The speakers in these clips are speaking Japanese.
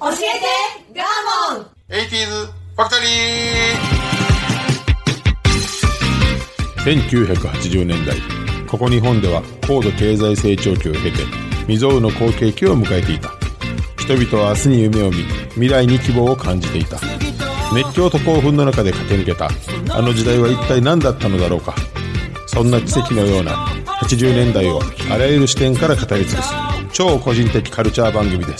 教えてガーモン。 80s ファクトリー。1980年代、ここ日本では高度経済成長期を経て未曾有の好景気を迎えていた。人々は明日に夢を見、未来に希望を感じていた。熱狂と興奮の中で駆け抜けたあの時代は一体何だったのだろうか。そんな奇跡のような80年代をあらゆる視点から語り尽くす超個人的カルチャー番組です。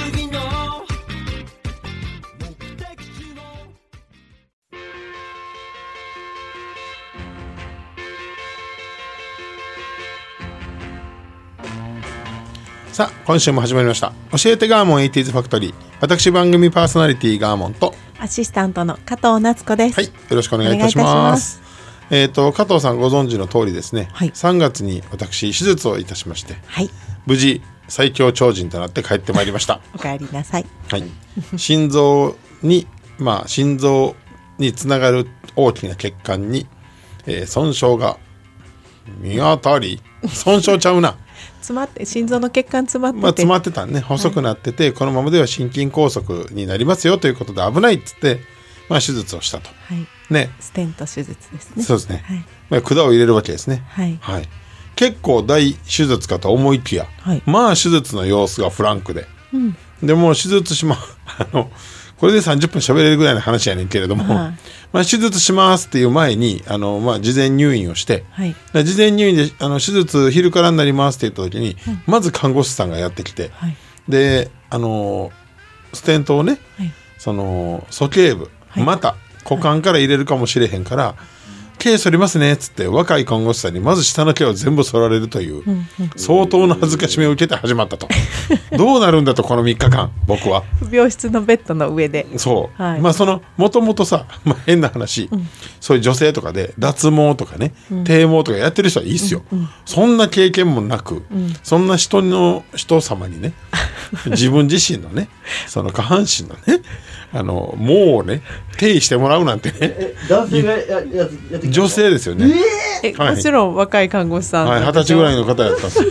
さあ、今週も始まりました。教えてガーモン 80s ファクトリー。私番組パーソナリティガーモンとアシスタントの加藤夏子です。 はい、よろしくお願いいたします。加藤さんご存知の通りですね、はい、3月に私手術をいたしまして、はい、無事最強超人となって帰ってまいりました。 お帰りなさい。 はい、心臓につながる大きな血管に、損傷が見当たり、損傷ちゃうな詰まって、心臓の血管詰まってて、 詰まってたね、細くなってて、はい、このままでは心筋梗塞になりますよということで危ないっつって、手術をしたと、はいね、 ステント手術ですね。 そうですね、はい、管を入れるわけですね、はいはい、結構大手術かと思いきや、はい、手術の様子がフランクで、でもう手術しこれで30分喋れるぐらいの話やねんけれども、手術しますっていう前に事前入院をして、はい、事前入院で手術昼からになりますって言った時に、まず看護師さんがやってきて、はい、でステントをね、はい、鼠径部、はい、また股間から入れるかもしれへんから、毛剃りますねっつって若い看護師さんにまず下の毛を全部剃られるという相当の恥ずかしめを受けて始まったとどうなるんだとこの3日間僕は病室のベッドの上で、 そう、はい、もともとさ、変な話、そういう女性とかで脱毛とかね、低毛とかやってる人はいいっすよ、そんな経験もなく、そんな人様にね自分自身のねその下半身のね毛をね手入してもらうなんてね男性がやって女性ですよね、 はい、もちろん若い看護師さん、 はい、20歳ぐらいの方やったんですよ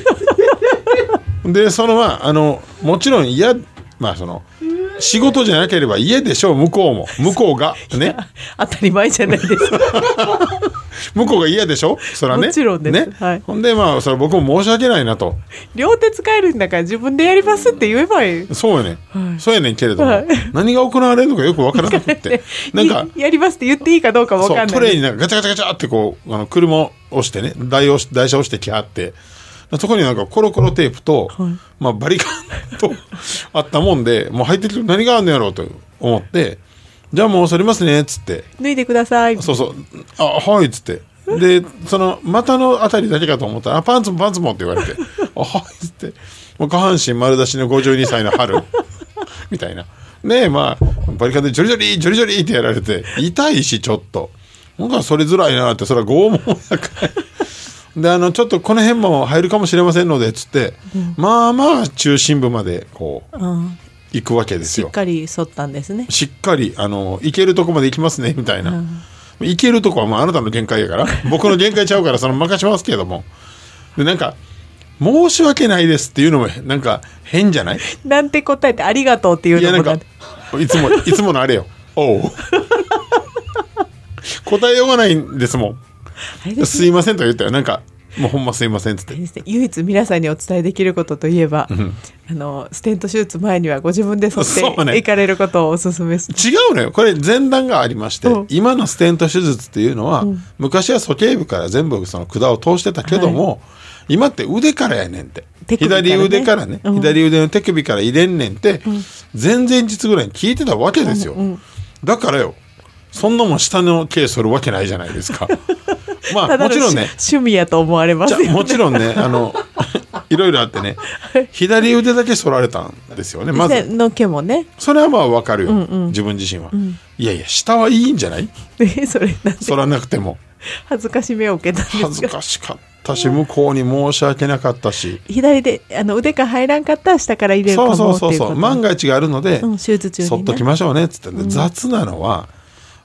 でもちろん仕事じゃなければ家でしょう、向こうがね当たり前じゃないですか向こうが嫌でしょ、それはね、 もちろんです、 ね、 はい、 ほんでそれ僕も申し訳ないなと、 両手使えるんだから自分でやりますって言えばいい。 そうやね、はい、そうやねんけれども、はい、何が行われるのかよくわからなくってなんかやりますって言っていいかどうかわかんない。 トレイにガチャガチャガチャって車を押してね、台車押してきはって、そこにコロコロテープと、はい、バリカンとあったもんで、もう入ってきて何があんのやろうと思って、じゃあもう剃りますねっつって、 脱いでください、 そうはいっつって、で股のあたりだけかと思ったらパンツもって言われてはいっつって、もう下半身丸出しの52歳の春みたいなね、バリカンでジョリジョリってやられて、痛いしちょっとなんかそれづらいなって、それは拷問やからでちょっとこの辺も入るかもしれませんのでつって、中心部まで行くわけですよ。 しっかり剃ったんですね。しっかり行けるとこまで行きますねみたいな、行けるとこはあなたの限界やから僕の限界ちゃうから任しますけども、で申し訳ないですっていうのも変じゃないなんて答えてありがとうっていうのもいつものあれよおう答えようがないんですもん。すいませんと言ったよ。もうほんますいませんっつって、 唯一皆さんにお伝えできることといえば、ステント手術前にはご自分で剃っていかれることをおすすめする、 違うのよ、これ前段がありまして、今のステント手術っていうのは、昔は鼠径部から全部管を通してたけども、今って腕からやねんって、左腕からね、左腕の手首から入れんねんって、前々日ぐらいに聞いてたわけですよ、だからよ、そんなもん下の毛剃るわけないじゃないですかもちろんね趣味やと思われますよね。 もちろんねいろいろあってね左腕だけ剃られたんですよね。まずの毛もね、 それは分かるよ、自分自身は、いや下はいいんじゃない、 それ剃らなくても恥ずかしめを受けたんですか。 恥ずかしかったし、向こうに申し訳なかったし、 左で腕が入らんかったら下から入れるかもっていうこと、 そう万が一があるので、 手術中にね、 剃っときましょうねっつって、雑なのは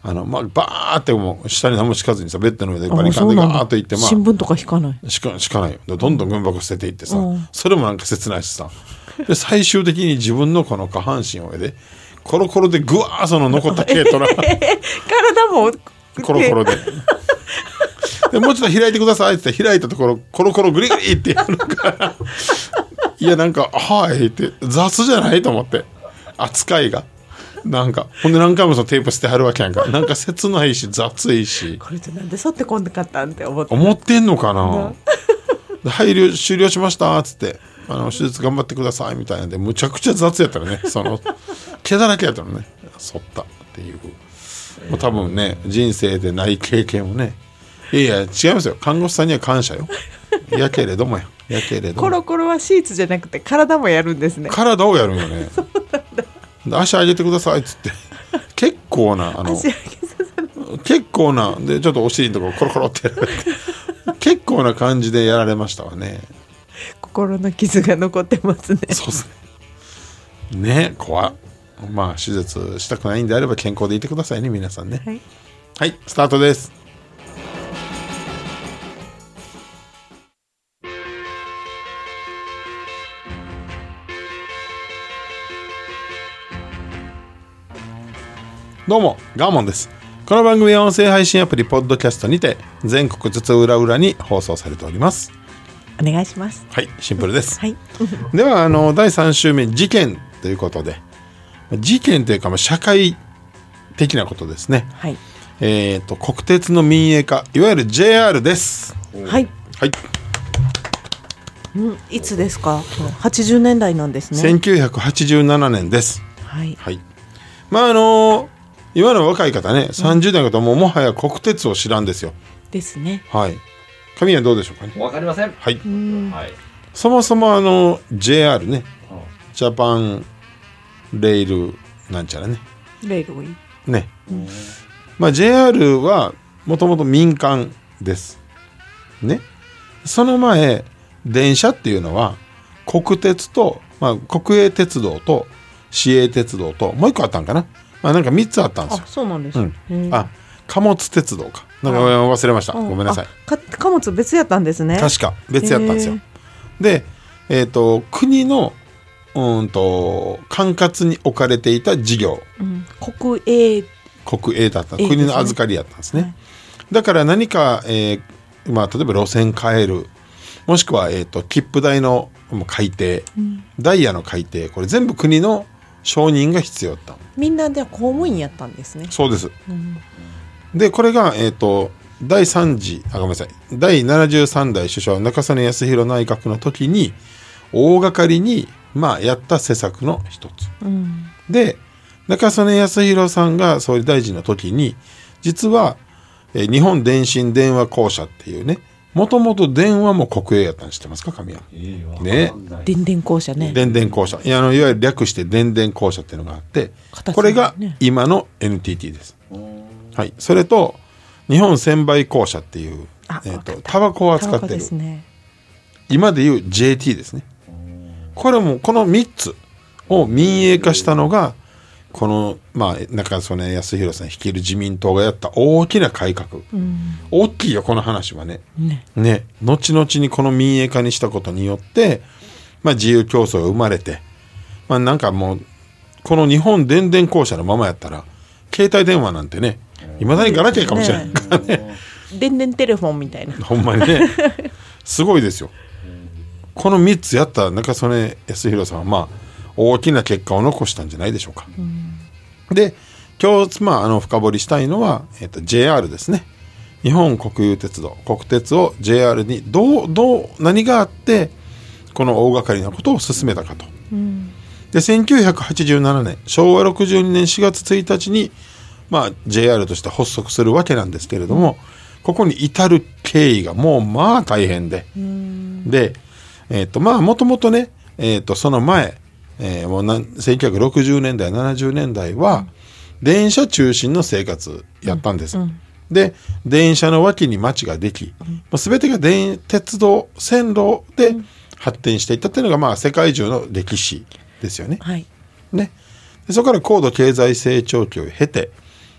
バーってもう下に何も敷かずにさ、ベッドの上でバリカンでガーッといって、 新聞とか引かない引かないよ。どんどん軍箱捨てていってさ、それもなんか切ないしさ、で最終的に自分のこの下半身をでコロコロでぐわーその残った毛とら体もコロコロででもうちょっと開いてくださいって開いたところコロコログリグリってやるからいやなんかはいって雑じゃないと思って、扱いがなんかほんで何回もそのテープ捨てはるわけやんか。なんか切ないし雑いし、 これってなんでそってこんなかったんって思ってんのかなで終了しましたっつって手術頑張ってくださいみたいなんでむちゃくちゃ雑やったらね、その毛だらけやったらね剃ったっていう、多分ね人生でない経験をね、いや違いますよ、看護師さんには感謝よやけれどもコロコロはシーツじゃなくて体もやるんですね。 体をやるんよねそうなんだ。足上げてくださいっつって結構な結構なでちょっとお尻のところコロコロってやられて結構な感じでやられましたわね。 心の傷が残ってますね。 そうですね。ね、怖っ。手術したくないんであれば健康でいてくださいね皆さんね。はい、はい、スタートです。どうもガーモンです。この番組は音声配信アプリポッドキャストにて全国津々浦々に放送されております。 お願いします。 はい、シンプルです。 はい、 では第3週目事件ということで、事件というか社会的なことですね。 はい、 国鉄の民営化、いわゆる JR です。 はいはい、 いつですか。80年代なんですね。 1987年です。 はい、 はい、今の若い方ね、30代の方もはや国鉄を知らんですよ。 ですね。 はい。神谷どうでしょうかね。 わかりません。 はい。はい、そもそもJR ね、ジャパンレールなんちゃらね。 レールウェイ。 ね。JR はもともと民間です。ね。その前電車っていうのは国鉄と国営鉄道と市営鉄道ともう一個あったんかな。なんか3つあったんですよ。 あ、そうなんです。 貨物鉄道か。なんか忘れました。ごめんなさい。 貨物別やったんですね。 確か別やったんですよ。で、国の管轄に置かれていた事業、国営だった、国の預かりやったんですね。はい、だから何か、例えば路線変える、もしくは切符代の改定、ダイヤの改定、これ全部国の承認が必要だった。 みんなで公務員やったんですね。 そうです。でこれが第73代首相中曽根康弘内閣の時に大掛かりにやった施策の一つ、で中曽根康弘さんが総理大臣の時に実は日本電信電話公社っていうね、もともと電話も国営やったん知ってますか神谷。ね、 電電公社ね。 電電公社、いわゆる略して電電公社っていうのがあって、これが今の NTT です。はい、それと日本専売公社っていうタバコを扱ってる、今でいう JT ですね。これもこの3つを民営化したのがこの中曽根康弘さん率いる自民党がやった大きな改革、大きいよこの話はね。後々にこの民営化にしたことによって自由競争が生まれて、なんかもうこの日本電電公社のままやったら携帯電話なんてねいまだにガラケーかもしれないからね。 電電テレフォンみたいな。 ほんまにねすごいですよ。この3つやった中曽根康弘さんは大きな結果を残したんじゃないでしょうか。で今日深掘りしたいのは、JR ですね。日本国有鉄道、国鉄を JR に何があってこの大掛かりなことを進めたかと。で1987年昭和62年4月1日にJR として発足するわけなんですけれども、ここに至る経緯がもう大変で、でもともとね、その前、もう1960年代70年代は電車中心の生活やったんです。で電車の脇に街ができ、全てが鉄道線路で発展していったっていうのが世界中の歴史ですよね。 はい、 ね、でそこから高度経済成長期を経て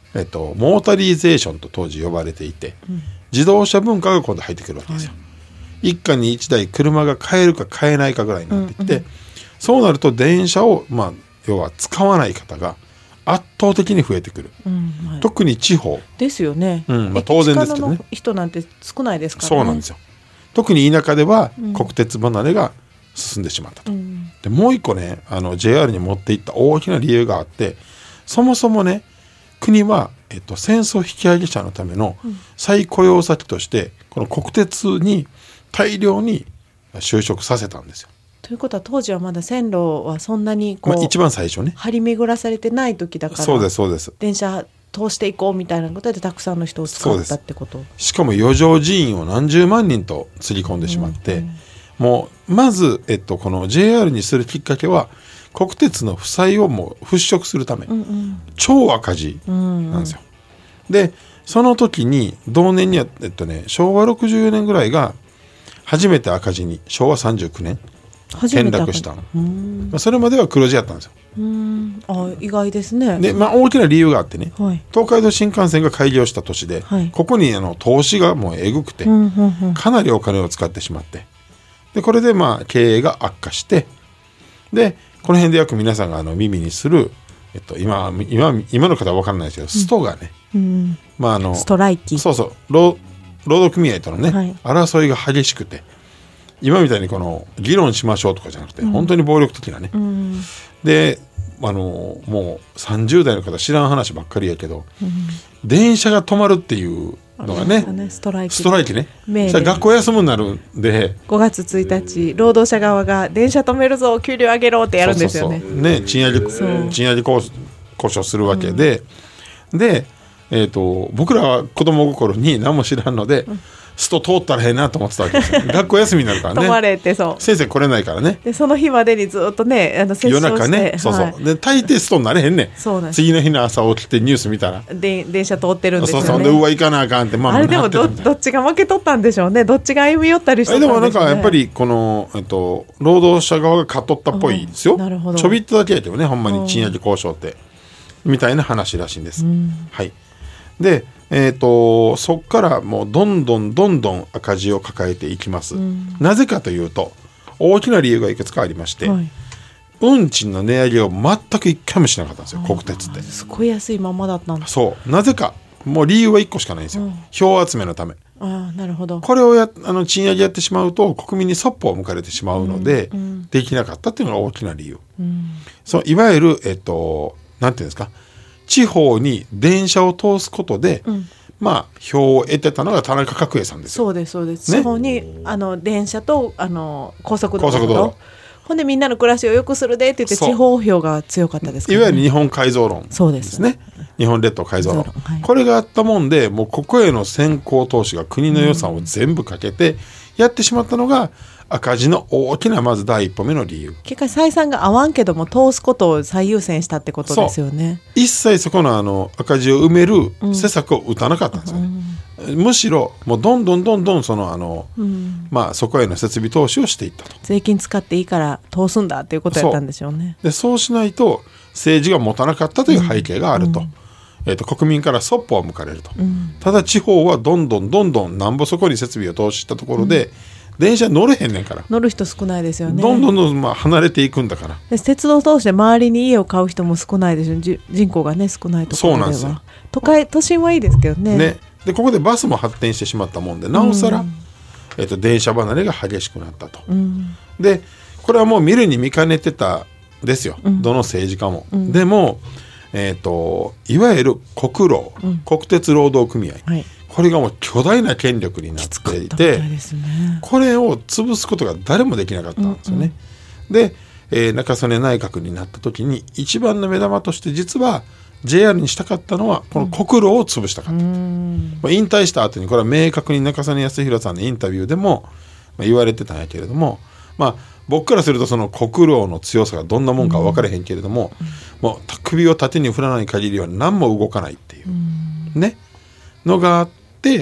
モータリゼーションと当時呼ばれていて、自動車文化が今度入ってくるわけですよ。一家に一台車が買えるか買えないかぐらいになってきて、そうなると電車を、要は使わない方が圧倒的に増えてくる、特に地方ですよね、 当然ですけどね、 人なんて少ないですからね。 そうなんですよ。特に田舎では国鉄離れが進んでしまったと、でもう一個ねJR に持っていった大きな理由があって、そもそもね国は、戦争引き上げ者のための再雇用先としてこの国鉄に大量に就職させたんですよ。 ということは当時はまだ線路はそんなに一番最初ね張り巡らされてない時だから、 そうですそうです。 電車通していこうみたいなことでたくさんの人を使ったってこと。 しかも余剰人員を何十万人と釣り込んでしまって、もうまず、この JR にするきっかけは国鉄の負債をもう払拭するため、超赤字なんですよ。でその時に同年には、昭和64年ぐらいが初めて赤字に、昭和39年転落したの。それまでは黒字やったんですよ。 意外ですね。 で、大きな理由があってね、東海道新幹線が開業した年で、ここに投資がもうえぐくて、かなりお金を使ってしまって、でこれで経営が悪化して、でこの辺でよく皆さんが耳にする、今の方は分からないですけど、ストがね、 ストライキ、 そう労働組合とのね、争いが激しくて、今みたいにこの議論しましょうとかじゃなくて、本当に暴力的なね、でもう30代の方知らん話ばっかりやけど、電車が止まるっていうのがね、ストライキね、学校休むになるんで、 5月1日労働者側が電車止めるぞ給料上げろってやるんですよね。 賃上げ交渉するわけで、で、僕らは子供心に何も知らんので、スト通ったらへんなと思ってたわけですよ。学校休みになるからね、 止まれって。先生来れないからね。 でその日までにずっとね夜中ね、で大抵ストになれへんね。次の日の朝起きてニュース見たら電車通ってるんですよね。 でうわ行かなあかんって、 あれでもどっちが負け取ったんでしょうね。どっちが歩み寄ったりしてたんでしょうね。 でもやっぱりこの、労働者側が勝っとったっぽいですよ。ちょびっとだけやけどね、ほんまに賃上げ交渉ってみたいな話らしいんです。はい。でそっからもうどんどん赤字を抱えていきます。なぜかというと大きな理由がいくつかありまして、運賃の値上げを全く一回もしなかったんですよ、国鉄って。 すごい安いままだったんです。 そうなぜか、もう理由は1個しかないんですよ、票集めのため。 なるほど。 これを賃上げやってしまうと国民にそっぽを向かれてしまうので、できなかったっていうのが大きな理由。いわゆるなんていうんですか、地方に電車を通すことで、票を得てたのが田中角栄さんですよ。 そうですそうです、ね、地方に電車と高速道路ほんでみんなの暮らしを良くするでって言って地方票が強かったですからね。 いわゆる日本改造論ですね。日本列島改造論、これがあったもんで、もうここへの先行投資が国の予算を全部かけてやってしまったのが、赤字の大きなまず第一歩目の理由。 結果採算が合わんけども通すことを最優先したってことですよね。 一切そこの赤字を埋める施策を打たなかったんですよね。むしろもうどんどんそこへの設備投資をしていったと。 税金使っていいから通すんだっていうことやったんでしょうね。 そうしないと政治が持たなかったという背景があると。国民からそっぽを向かれると。ただ地方はどんどんなんぼそこに設備を投資したところで、電車乗れへんねんから。 乗る人少ないですよね。 どんどん離れていくんだから。 で鉄道通して周りに家を買う人も少ないですよ。人口がね少ないところでは。そうなんですよ。都心はいいですけどね。 でここでバスも発展してしまったもんで、なおさら、電車離れが激しくなったと。でこれはもう見るに見かねてたですよ、どの政治家も。でも、いわゆる国労、国鉄労働組合、これがもう巨大な権力になっていて、これを潰すことが誰もできなかったんですよね。で、中曽根内閣になった時に一番の目玉として実は JR にしたかったのはこの国労を潰したかった。引退した後にこれは明確に中曽根康弘さんのインタビューでも言われてたんやけれども、僕からするとその国労の強さがどんなもんか分からへんけれども、もう首を縦に振らない限りは何も動かないっていうねのがあって、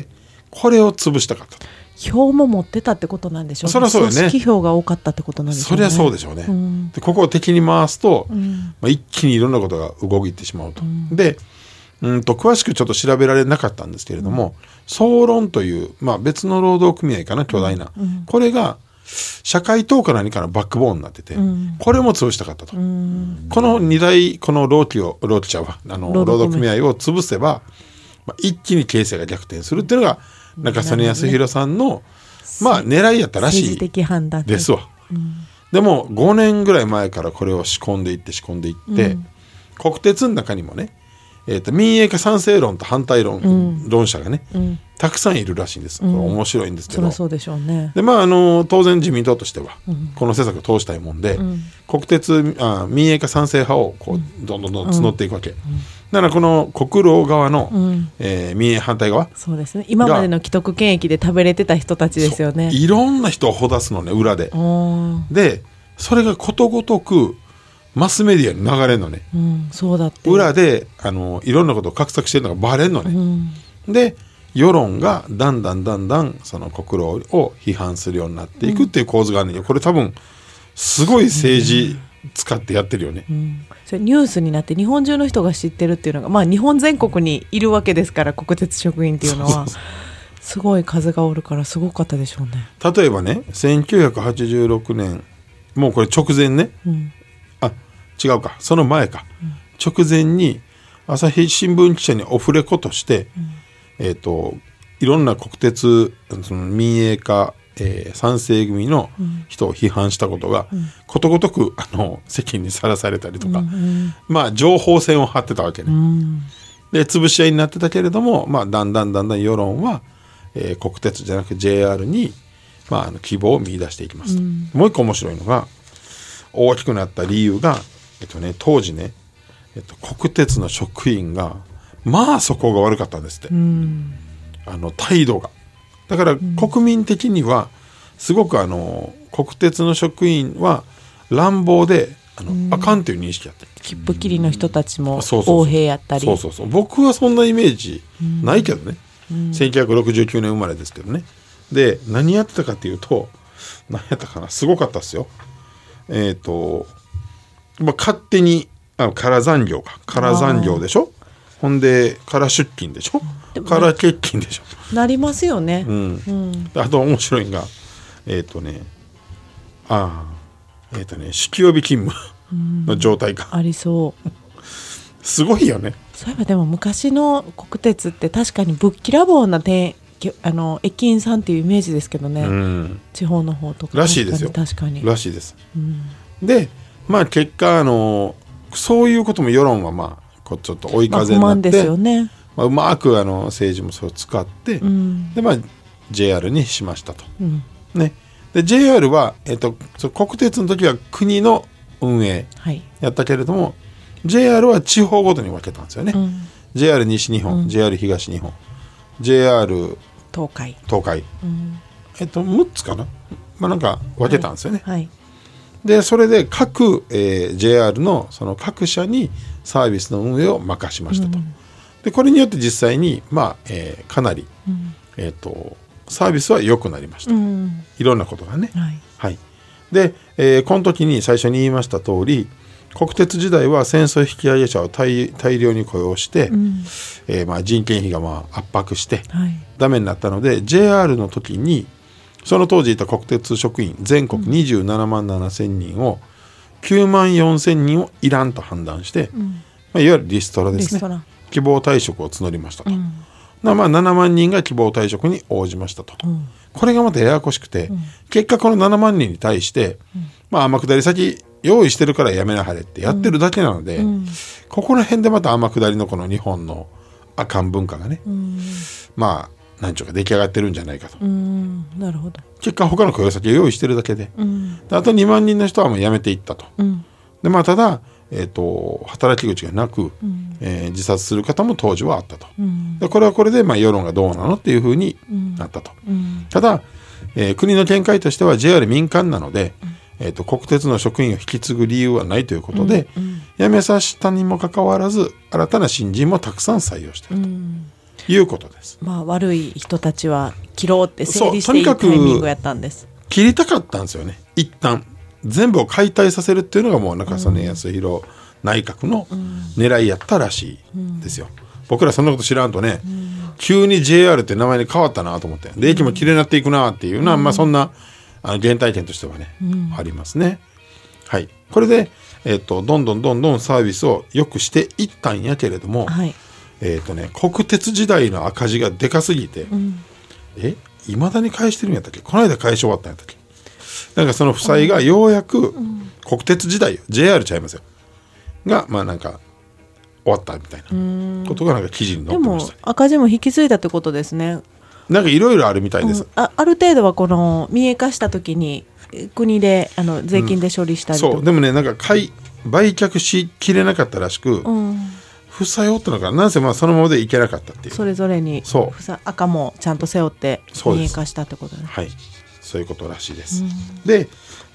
これを潰したかったと。 票も持ってたってことなんでしょうね。 そりゃそうよね。 組織票が多かったってことなんでしょうね。 そりゃそうでしょうね。でここを敵に回すと、一気にいろんなことが動いてしまうと。で詳しくちょっと調べられなかったんですけれども、総論という、別の労働組合かな、巨大な、これが社会党か何かのバックボーンになってて、これも潰したかったと、この2大この労働組合を潰せば、一気に形勢が逆転するっていうのが中曽根康弘さんの、狙いやったらしい政治的判断ですわ、でも5年ぐらい前からこれを仕込んでいって、国鉄の中にもね、民営化賛成論と反対論、論者がね、たくさんいるらしいんです。これ面白いんですけど、 そうでしょうね。 で当然自民党としてはこの施策を通したいもんで、国鉄民営化賛成派をどんどん募っていくわけ、だからこの国労側の、民営反対側、 そうですね、今までの既得権益で食べれてた人たちですよね。 いろんな人をほだすのね、裏で。でそれがことごとくマスメディアに流れんのね、 そうだって。 裏でいろんなことを画策してるのがバレんのね、で世論がだんだんその国労を批判するようになっていくっていう構図があるんだけど、これ多分すごい政治使ってやってるよね、 それニュースになって日本中の人が知ってるっていうのが、日本全国にいるわけですから、国鉄職員っていうのはすごい数がおるからすごかったでしょうね。 例えばね、1986年、もうこれ直前ね、違うか、その前か、直前に朝日新聞記者にオフレコとして、いろんな国鉄その民営化、賛成組の人を批判したことが、ことごとく世間にさらされたりとか、情報戦を張ってたわけね、で潰し合いになってたけれども、だんだん世論は、国鉄じゃなく JR に、希望を見出していきますと、もう一個面白いのが、大きくなった理由が当時ね、国鉄の職員が素行が悪かったんですって、態度が。だから国民的にはすごく国鉄の職員は乱暴であかんという認識やって、 切符切りの人たちも横兵やったり、 僕はそんなイメージないけどね、1969年生まれですけどね。で何やってたかっていうと、何やったかな、すごかったですよ。勝手に空残業でしょ、ほんで空出勤でしょ、空欠勤でしょ、 なりますよね、 あと面白いのが酒気帯び勤務の状態か、 ありそうすごいよね。 そういえばでも昔の国鉄って確かにぶっきらぼうな駅員さんっていうイメージですけどね、地方の方とからしいですよ。 確かにらしいです、で結果そういうことも世論はちょっと追い風になって、 不満ですよね。 うまく政治もそれを使って、でJR にしましたと、ね。で JR は、国鉄の時は国の運営やったけれども、JR は地方ごとに分けたんですよね、JR 西日本、JR 東日本、JR 東海、 6つかな、なんか分けたんですよね、でそれで各、JR のその各社にサービスの運営を任しましたと、でこれによって実際に、かなり、サービスは良くなりました、いろんなことがね、で、この時に最初に言いました通り、国鉄時代は戦争引き上げ者を大量に雇用して、人件費が圧迫して、ダメになったので JR の時にその当時いた国鉄職員全国27万7千人を9万4千人をいらんと判断して、いわゆるリストラですね、希望退職を募りましたと、7万人が希望退職に応じましたと、これがまたややこしくて、結果この7万人に対して、天下り先用意してるからやめなはれってやってるだけなので、ここら辺でまた天下りのこの日本のあかん文化がね、何ちゅうか出来上がってるんじゃないかと、 なるほど。 結果他の雇用先を用意してるだけで、あと2万人の人はもう辞めていったと、でただ、働き口がなく、自殺する方も当時はあったと、でこれはこれで世論がどうなのっていうふうになったと、ただ、国の見解としては JR 民間なので、国鉄の職員を引き継ぐ理由はないということで、辞めさせたにもかかわらず新たな新人もたくさん採用しているということです、 悪い人たちは切ろうって整理していいタイミングやったんです。 切りたかったんですよね。一旦全部を解体させるっていうのがもう中曽根康弘内閣の狙いやったらしいですよ、 僕らそんなこと知らんとね、急に JR って名前に変わったなと思って、で駅も綺麗になっていくなっていうのは、まあそんな原体験としてはね、ありますね。はい、これで、どんどんサービスを良くしていったんやけれども、 はい、 国鉄時代の赤字がでかすぎて、いまだに返してるんやったっけ、この間返し終わったんやったっけ、なんかその負債がようやく国鉄時代よ、JR ちゃいますよが、まあなんか終わったみたいなことがなんか記事に載ってました、ね、 でも赤字も引き継いだってことですね。 なんかいろいろあるみたいです、 ある程度はこの民営化した時に国で税金で処理したりとか、 そうでもね、なんか売却しきれなかったらしく、負債を負ったのかな、なんせまあそのままでいけなかったっていう、 それぞれに赤もちゃんと背負って民営化したってことね。 はい、そういうことらしいです、で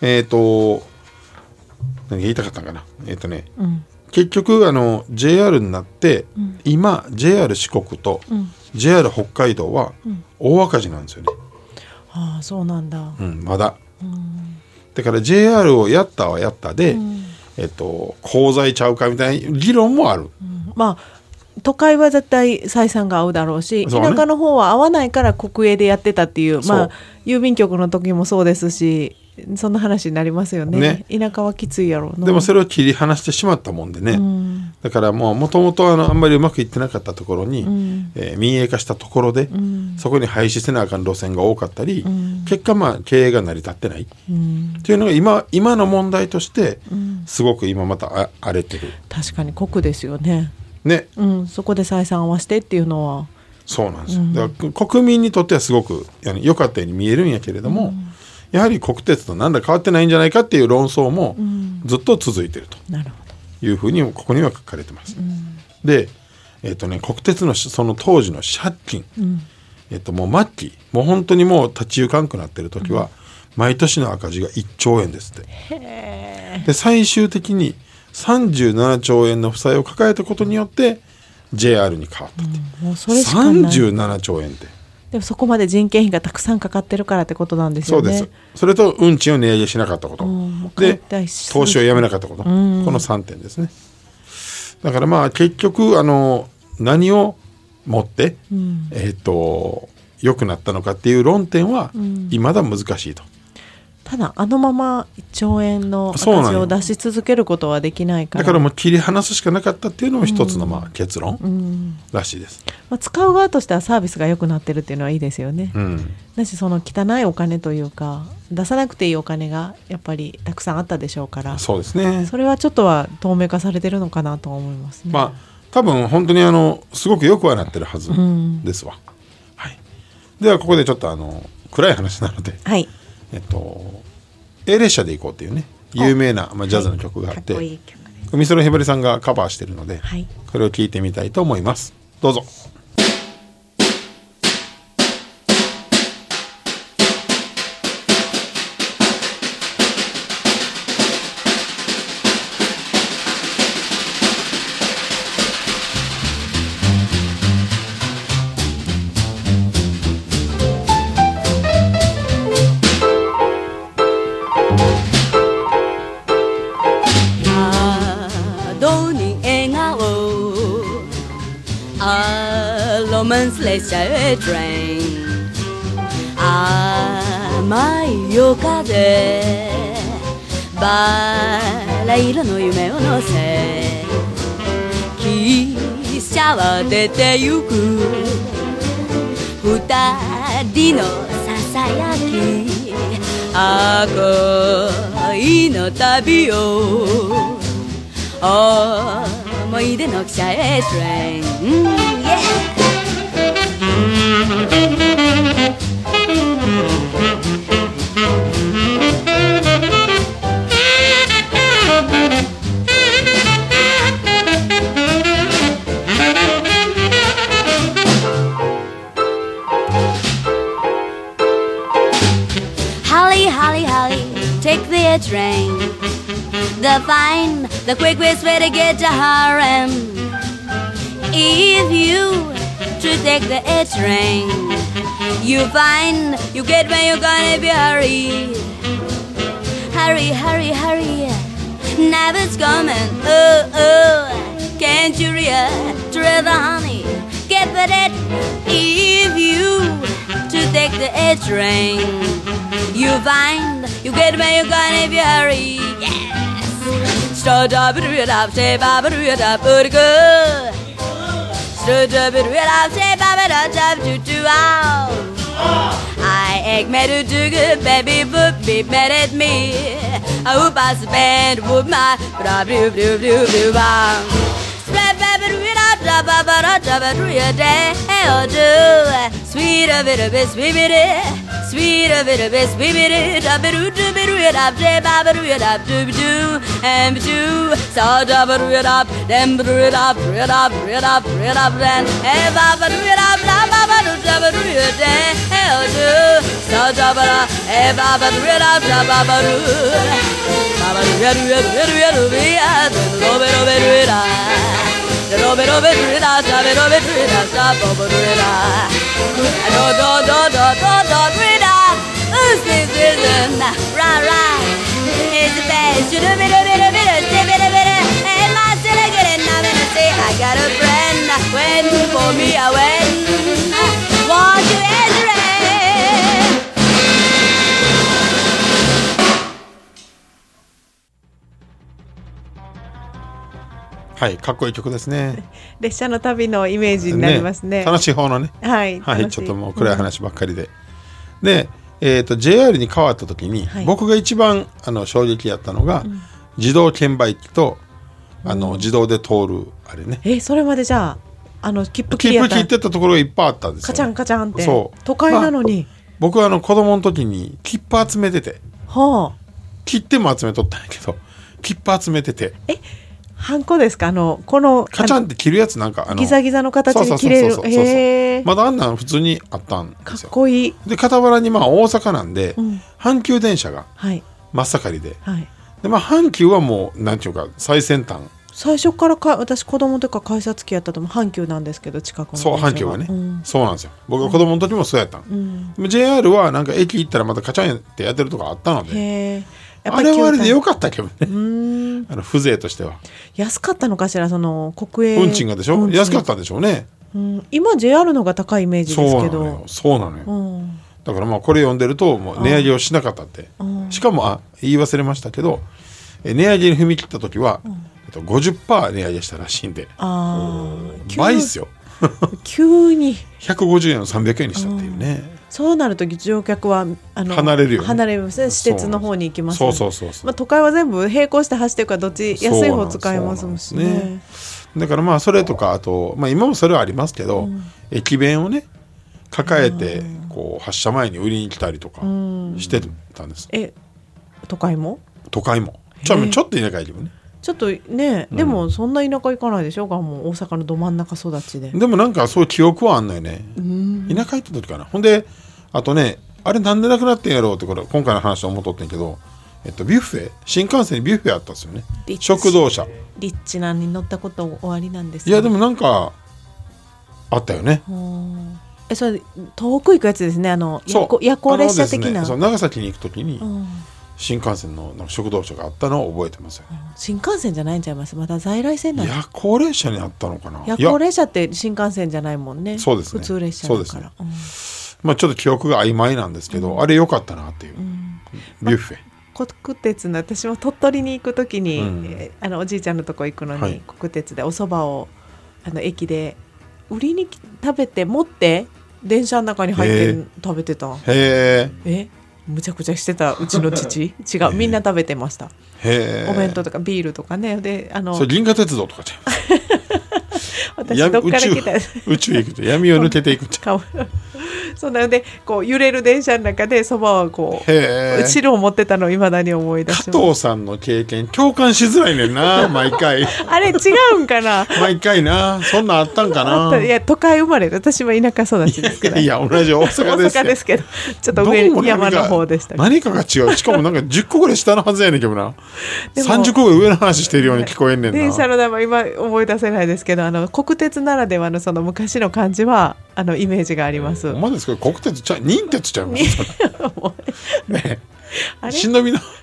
何言いたかったんかな、結局JR になって、今 JR 四国と、JR 北海道は大赤字なんですよね。 ああ、そうなんだ、 まだ、だから JR をやったはやったで、功罪ちゃうかみたいな議論もある、 まあ都会は絶対採算が合うだろうし、田舎の方は合わないから国営でやってたっていう、まあ郵便局の時もそうですし、そんな話になりますよ ね。田舎はきついやろうな。 でもそれを切り離してしまったもんでね、だからもともとあんまりうまくいってなかったところに、民営化したところで、そこに廃止せなあかん路線が多かったり、結果まあ経営が成り立ってない、っていうのが今の問題として、すごく今また荒れてる。 確かに酷ですよね。そこで採算合わせてっていうのはそうなんですよ、だから国民にとってはすごく良かったように見えるんやけれども、やはり国鉄と何ら変わってないんじゃないかっていう論争もずっと続いているというふうにここには書かれてます、で、国鉄のその当時の借金、もう末期、もう本当にもう立ち行かんくなってる時は、毎年の赤字が1兆円ですって。で最終的に37兆円の負債を抱えたことによって JR に変わったって、 もうそれしかない。 37兆円って、 でもそこまで人件費がたくさんかかってるからってことなんですよね。 そうです。それと運賃を値上げしなかったこと、で投資をやめなかったこと、この3点ですね。だからまあ結局何をもって、良くなったのかっていう論点は未だ難しいと。 ただまま1兆円の赤字を出し続けることはできないから、 だからもう切り離すしかなかったっていうのも一つのまあ結論らしいです、 使う側としてはサービスが良くなってるっていうのはいいですよね、だしその汚いお金というか出さなくていいお金がやっぱりたくさんあったでしょうから、 そうですね、 それはちょっとは透明化されてるのかなと思いますね。 多分本当にすごくよくはなってるはずですわ、ではここでちょっと暗い話なので、A 列車で行こうっていうね有名な、ジャズの曲があって、美空ひばりさんがカバーしてるので、これを聴いてみたいと思います。どうぞ。 列車へトレイン、甘い夜風、バラ色の夢を乗せ、汽車は出てゆく、二人のささやき、恋の旅を、思い出の汽車へトレイン、Take the train, the quickest way to get to Harlem. If you should take the A train, you find you get where you're gonna be hurry. Hurry, hurry, hurry, now it's coming. Oh, oh, can't you realize? thrill the honey, get with it. If you to take the A train, you find you get where you're going if you hurry. Yes. Start up and read up, say baba read up, pretty good. Start up and read up, say baba do out. I egg made it too good, baby, but be mad at me. I hope I spend with my blah blah blah blah blah blah. Spread baby, read out, drop up, drop it, read day or do. Sweet of it, a bit, sweet it, sweet of it, a bit, sweet it, a bit, read up, day, baby, read up, do, and do. So double read up, then read up, read up, read up, read up, then, hey, baba, read up, blah, baba, double read day. So double, hey baba, read up, baba, baba, read, I got a friend, when for me I went, want you as a rain. はい、かっこいい曲ですね。 列車の旅のイメージになりますね。 楽しい方のね。 はい、 はい、ちょっともう暗い話ばっかりで。で、JR に変わった時に、僕が一番衝撃やったのが、自動券売機と自動で通るあれね。 それまでじゃあ切符切ってたところがいっぱいあったんですよ、ね。 カチャンカチャンって。 そう。 都会なのに。 僕は子供の時に切符集めてて。はあ。切っても集めとったんやけど、切符集めてて。 ハンコですか？このカチャンって切るやつなんかギザギザの形に切れる。 そうまだあんなん普通にあったんですよ。 かっこいい。 で傍らに大阪なんで、阪急電車が真っ盛りで、で阪急はもうなんていうか最先端。 最初から私子供とか改札機やったとも阪急なんですけど近くの電車そう阪急はね、そうなんですよ。僕が子供の時もそうやったん。JR はなんか駅行ったらまたカチャンってやってるとこあったので。あれはあれでよかったけどね。風情としては安かったのかしら、国営運賃がでしょ、安かったんでしょうね。 今 JR の方が高いイメージですけど。 そうなのよ、だからこれ読んでるともう値上げをしなかったって。しかも言い忘れましたけど、値上げに踏み切った時は、50% 値上げしたらしいんで、倍っすよ。 急に 150円を300円にしたっていうね。 そうなると乗客は離れるよね。 離れますね。私鉄の方に行きます、 ね。そう都会は全部並行して走ってるからどっち安い方使えますもんね。 だからそれとかあと、今もそれはありますけど、駅弁をね抱えて発車前に売りに来たりとかしてたんです。 都会もちょっと田舎よりもね。 ちょっとね、でもそんな田舎行かないでしょうか。もう大阪のど真ん中育ちで。 でもなんかそういう記憶はあんのよね。田舎行った時かな。ほんであとね、あれなんでなくなってんやろうってこれ今回の話は思っとってんけど、ビュッフェ、新幹線にビュッフェあったんですよね。食堂車。 リッチなに乗ったこと終わりなんですか？ いやでもなんかあったよね。 それ遠く行くやつですね。夜行列車的な。 長崎に行く時に。新幹線の食堂車があったのを覚えてますよ、ね。 新幹線じゃないんちゃいます？まだ在来線なんです。 夜行列車にあったのかな。 夜行列車って新幹線じゃないもんね。 そうですね。 普通列車だから。 そうですね。ちょっと記憶が曖昧なんですけど、あれ良かったなっていう、ビュッフェ。 国鉄の私も鳥取に行く時に、おじいちゃんのとこ行くのに、国鉄でお蕎麦を駅で売りに食べて持って電車の中に入って食べてた。むちゃくちゃしてたうちの父。違う、みんな食べてました。お弁当とかビールとかね。でそれ銀河鉄道とかじゃん。 私どっから来た宇宙行くと闇を抜けていくじゃん。 そうなので揺れる電車の中でそばを汁を持ってたのをいまだに思い出します。 加藤さんの経験共感しづらいねんな。毎回あれ違うんかな。 毎回な。そんなんあったんかな。 いや都会生まれ、私は田舎育ちですから。 いや同じ大阪ですけどちょっと上山の方でした。 何かが違う。しかもなんか10個ぐらい下のはずやねんけどな。30個ぐらい上の話してるように聞こえんねんな。 電車の名前今思い出せないですけど、国鉄ならではのその昔の感じはイメージがあります。 ほんまですけど国鉄忍鉄ちゃいますね。忍びの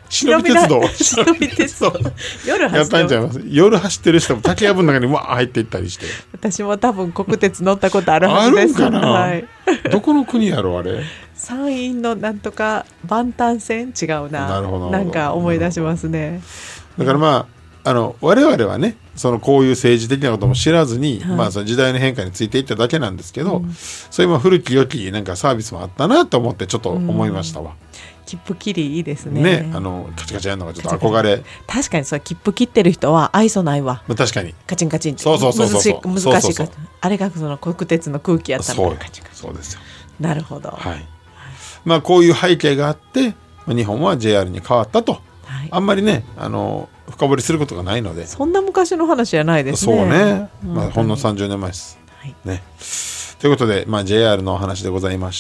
忍び鉄道忍び鉄道夜走ってやったんちゃいます。夜走ってる人も竹やぶの中にわー入っていったりして。 私も多分国鉄乗ったことあるはずです。 あるんかな、 はい、 どこの国やろあれ。 山陰のなんとか万端線違うな。 なるほど。 なんか思い出しますね。 だからまあ我々はねこういう政治的なことも知らずに、はい、まあその時代の変化についていっただけなんですけど、そういう古き良きなんかサービスもあったなと思ってちょっと思いましたわ。 切符切りいいですね。 カチカチやるのがちょっと憧れ。 確かにそう切符切ってる人は愛想ないわ。 確かにカチンカチンってそう難しいかあれがその国鉄の空気やったのか。 そうですよ。 なるほど。 はい。まあこういう背景があって日本は JR に変わったと、はい、あんまりね深掘りすることがないので。 そんな昔の話じゃないですね。 そうね、まあ、ほんの30年前です、はいね、ということで、まあ、JR のお話でございました。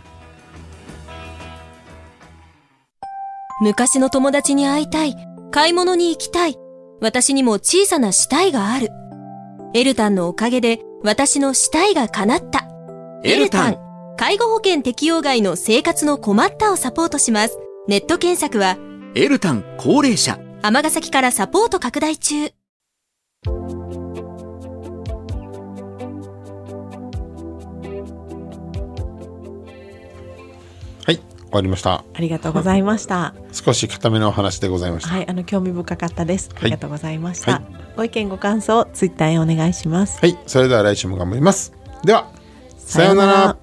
昔の友達に会いたい、買い物に行きたい、私にも小さなしたいがある。エルタンのおかげで私のしたいが叶った。エルタン、介護保険適用外の生活の困ったをサポートします。ネット検索はエルタン高齢者。 尼崎からサポート拡大中。 はい、終わりました。 ありがとうございました。 少し固めのお話でございました。 はい、興味深かったです。ありがとうございました。 はい、 ご意見ご感想ツイッターへお願いします。 はい、それでは来週も頑張ります。ではさようなら。